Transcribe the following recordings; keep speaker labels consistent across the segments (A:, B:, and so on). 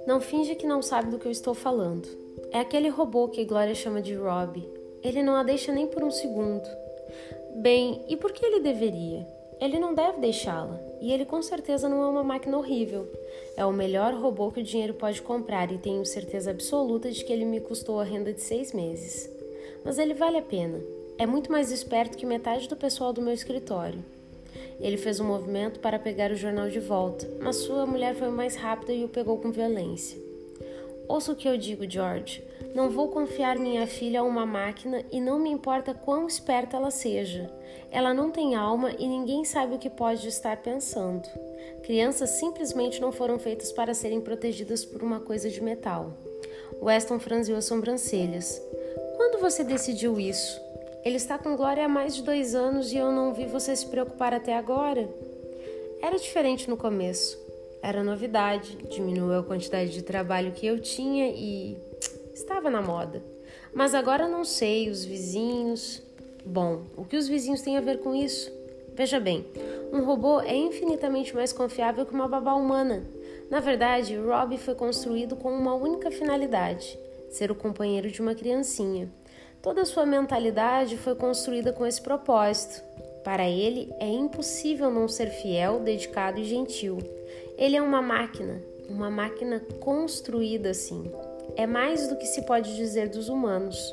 A: Não finge que não sabe do que eu estou falando. É aquele robô que Glória chama de Robbie. Ele não a deixa nem por um segundo. Bem, e por que ele deveria? Ele não deve deixá-la, e ele com certeza não é uma máquina horrível. É o melhor robô que o dinheiro pode comprar e tenho certeza absoluta de que ele me custou a renda de 6 meses. Mas ele vale a pena. É muito mais esperto que metade do pessoal do meu escritório. Ele fez um movimento para pegar o jornal de volta, mas sua mulher foi mais rápida e o pegou com violência. Ouça o que eu digo, George. Não vou confiar minha filha a uma máquina e não me importa quão esperta ela seja. Ela não tem alma e ninguém sabe o que pode estar pensando. Crianças simplesmente não foram feitas para serem protegidas por uma coisa de metal. Weston franziu as sobrancelhas. Quando você decidiu isso? Ele está com Glória há mais de 2 anos e eu não vi você se preocupar até agora. Era diferente no começo. Era novidade, diminuiu a quantidade de trabalho que eu tinha e estava na moda. Mas agora não sei, os vizinhos... Bom, o que os vizinhos têm a ver com isso? Veja bem, um robô é infinitamente mais confiável que uma babá humana. Na verdade, Robbie foi construído com uma única finalidade: ser o companheiro de uma criancinha. Toda a sua mentalidade foi construída com esse propósito. Para ele, é impossível não ser fiel, dedicado e gentil. Ele é uma máquina construída assim. É mais do que se pode dizer dos humanos.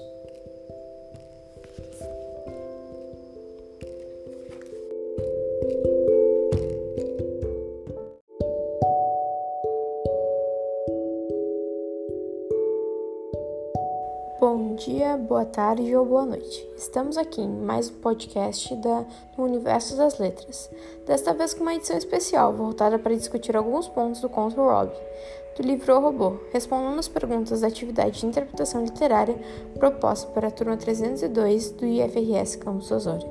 B: Bom dia, boa tarde ou boa noite. Estamos aqui em mais um podcast do Universo das Letras. Desta vez com uma edição especial, voltada para discutir alguns pontos do conto Robbie, do livro O Robô, respondendo as perguntas da atividade de interpretação literária proposta para a turma 302 do IFRS Campus Osório.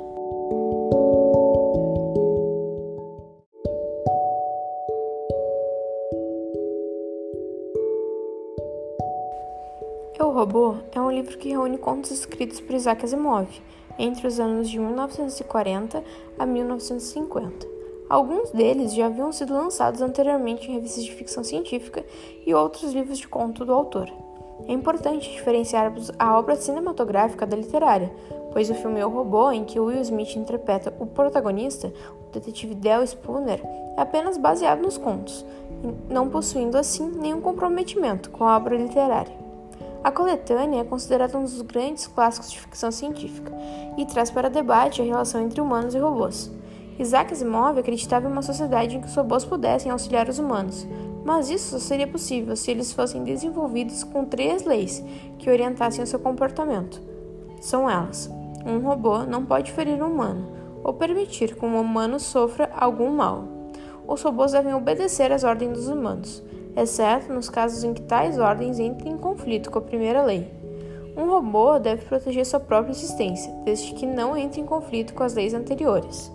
B: O Robô é um livro que reúne contos escritos por Isaac Asimov entre os anos de 1940 a 1950. Alguns deles já haviam sido lançados anteriormente em revistas de ficção científica e outros livros de conto do autor. É importante diferenciarmos a obra cinematográfica da literária, pois o filme O Robô, em que Will Smith interpreta o protagonista, o detetive Dale Spooner, é apenas baseado nos contos, não possuindo assim nenhum comprometimento com a obra literária. A coletânea é considerada um dos grandes clássicos de ficção científica e traz para debate a relação entre humanos e robôs. Isaac Asimov acreditava em uma sociedade em que os robôs pudessem auxiliar os humanos, mas isso só seria possível se eles fossem desenvolvidos com 3 leis que orientassem o seu comportamento. São elas: um robô não pode ferir um humano ou permitir que um humano sofra algum mal. Os robôs devem obedecer às ordens dos humanos, exceto nos casos em que tais ordens entrem em conflito com a primeira lei. Um robô deve proteger sua própria existência, desde que não entre em conflito com as leis anteriores.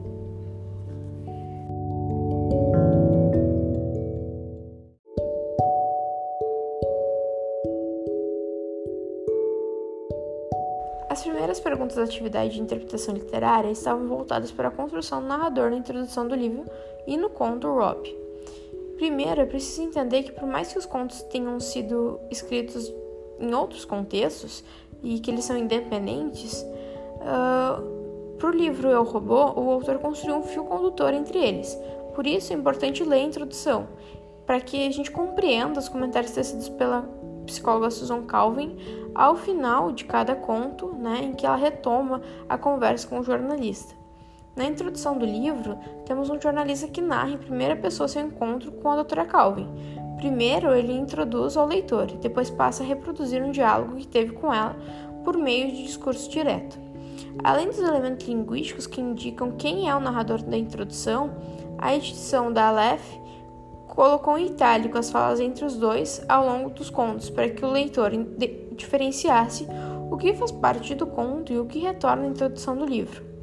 B: As primeiras perguntas da atividade de interpretação literária estavam voltadas para a construção do narrador na introdução do livro e no conto Robbie. Primeiro, é preciso entender que, por mais que os contos tenham sido escritos em outros contextos e que eles são independentes, para o livro O Robô, o autor construiu um fio condutor entre eles. Por isso, é importante ler a introdução, para que a gente compreenda os comentários tecidos pela psicóloga Susan Calvin ao final de cada conto, em que ela retoma a conversa com o jornalista. Na introdução do livro, temos um jornalista que narra em primeira pessoa seu encontro com a Dra. Calvin. Primeiro, ele introduz ao leitor e depois passa a reproduzir um diálogo que teve com ela por meio de discurso direto. Além dos elementos linguísticos que indicam quem é o narrador da introdução, a edição da Aleph colocou em itálico as falas entre os dois ao longo dos contos para que o leitor diferenciasse o que faz parte do conto e o que retorna à introdução do livro.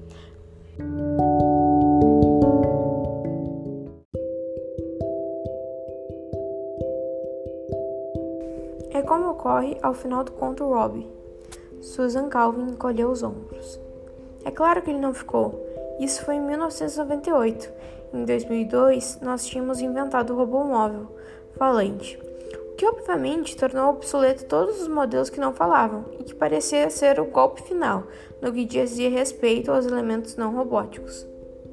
B: É como ocorre ao final do conto Robbie. Susan Calvin encolheu os ombros. É claro que ele não ficou. Isso foi em 1998. Em 2002, nós tínhamos inventado o robô móvel, falante, o que obviamente tornou obsoleto todos os modelos que não falavam e que parecia ser o golpe final no que dizia respeito aos elementos não robóticos.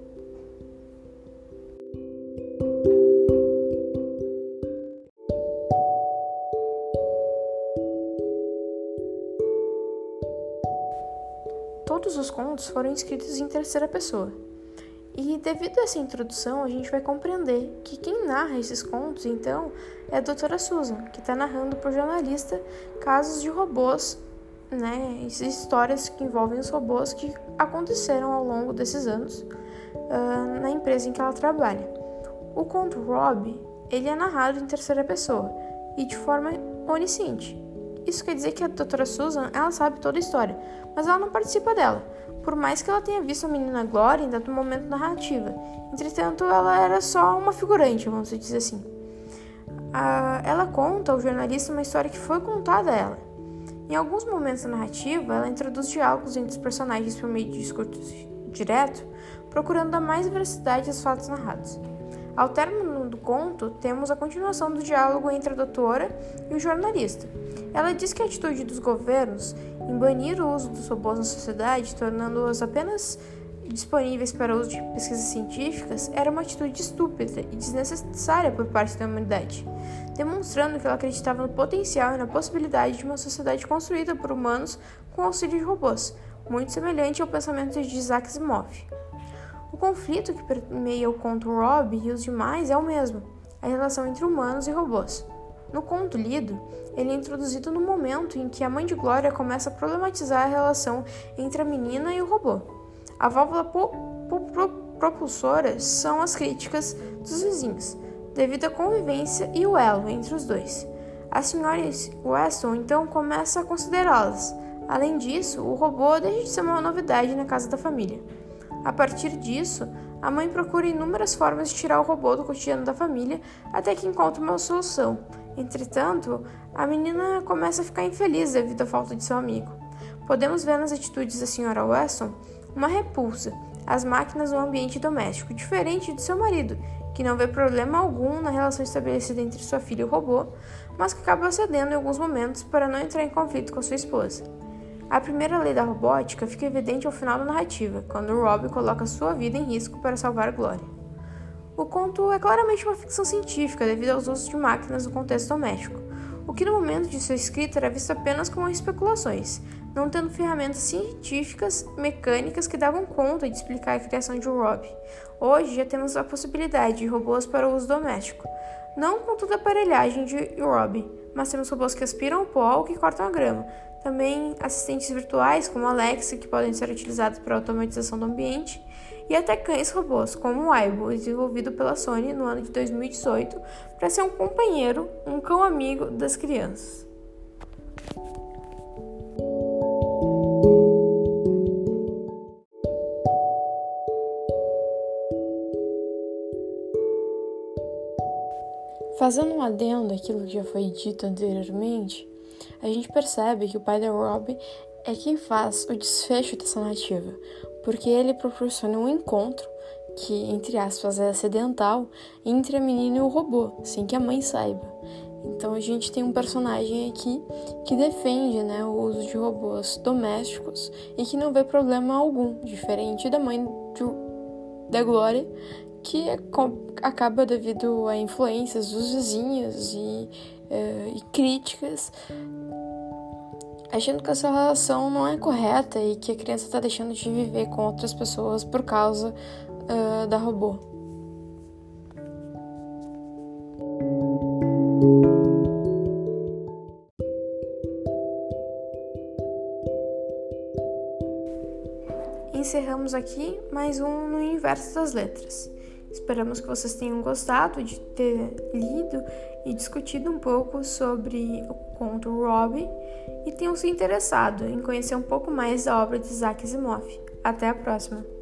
B: Todos os contos foram escritos em terceira pessoa. E devido a essa introdução, a gente vai compreender que quem narra esses contos, então, é a Doutora Susan, que está narrando para o jornalista casos de robôs, histórias que envolvem os robôs que aconteceram ao longo desses anos na empresa em que ela trabalha. O conto Rob, ele é narrado em terceira pessoa e de forma onisciente. Isso quer dizer que a Doutora Susan, ela sabe toda a história, mas ela não participa dela, por mais que ela tenha visto a menina Glory em dado momento narrativa. Entretanto, ela era só uma figurante, vamos dizer assim. Ela conta ao jornalista uma história que foi contada a ela. Em alguns momentos da narrativa, ela introduz diálogos entre os personagens por meio de discurso direto, procurando dar mais veracidade aos fatos narrados. Ao término do conto, temos a continuação do diálogo entre a doutora e o jornalista. Ela diz que a atitude dos governos em banir o uso dos robôs na sociedade, tornando-os apenas disponíveis para o uso de pesquisas científicas, era uma atitude estúpida e desnecessária por parte da humanidade, demonstrando que ela acreditava no potencial e na possibilidade de uma sociedade construída por humanos com auxílio de robôs, muito semelhante ao pensamento de Isaac Asimov. O conflito que permeia o conto Rob e os demais é o mesmo, a relação entre humanos e robôs. No conto lido, ele é introduzido no momento em que a mãe de Glória começa a problematizar a relação entre a menina e o robô. A válvula propulsora são as críticas dos vizinhos, devido à convivência e o elo entre os dois. A senhora Weston então começa a considerá-las. Além disso, o robô deixa de ser uma novidade na casa da família. A partir disso, a mãe procura inúmeras formas de tirar o robô do cotidiano da família até que encontra uma solução. Entretanto, a menina começa a ficar infeliz devido à falta de seu amigo. Podemos ver nas atitudes da Sra. Weston uma repulsa às máquinas no ambiente doméstico, diferente de seu marido, que não vê problema algum na relação estabelecida entre sua filha e o robô, mas que acaba cedendo em alguns momentos para não entrar em conflito com sua esposa. A primeira lei da robótica fica evidente ao final da narrativa, quando Rob coloca sua vida em risco para salvar Glory. O conto é claramente uma ficção científica devido aos usos de máquinas no contexto doméstico, o que no momento de sua escrita era visto apenas como especulações, não tendo ferramentas científicas mecânicas que davam conta de explicar a criação de Rob. Hoje já temos a possibilidade de robôs para o uso doméstico, não com toda a aparelhagem de Rob, mas temos robôs que aspiram o pó ou que cortam a grama. Também assistentes virtuais como Alexa, que podem ser utilizados para a automatização do ambiente, e até cães robôs, como o Aibo, desenvolvido pela Sony no ano de 2018 para ser um companheiro, um cão amigo das crianças. Fazendo um adendo àquilo que já foi dito anteriormente, a gente percebe que o pai da Rob é quem faz o desfecho dessa narrativa, porque ele proporciona um encontro que, entre aspas, é acidental entre a menina e o robô, sem que a mãe saiba. Então a gente tem um personagem aqui que defende, o uso de robôs domésticos e que não vê problema algum, diferente da mãe da Glory, que acaba devido a influências dos vizinhos e críticas, achando que essa relação não é correta e que a criança está deixando de viver com outras pessoas por causa da robô. Encerramos aqui mais um no Universo das Letras. Esperamos que vocês tenham gostado de ter lido e discutido um pouco sobre o conto Rob e tenham se interessado em conhecer um pouco mais da obra de Isaac Asimov. Até a próxima!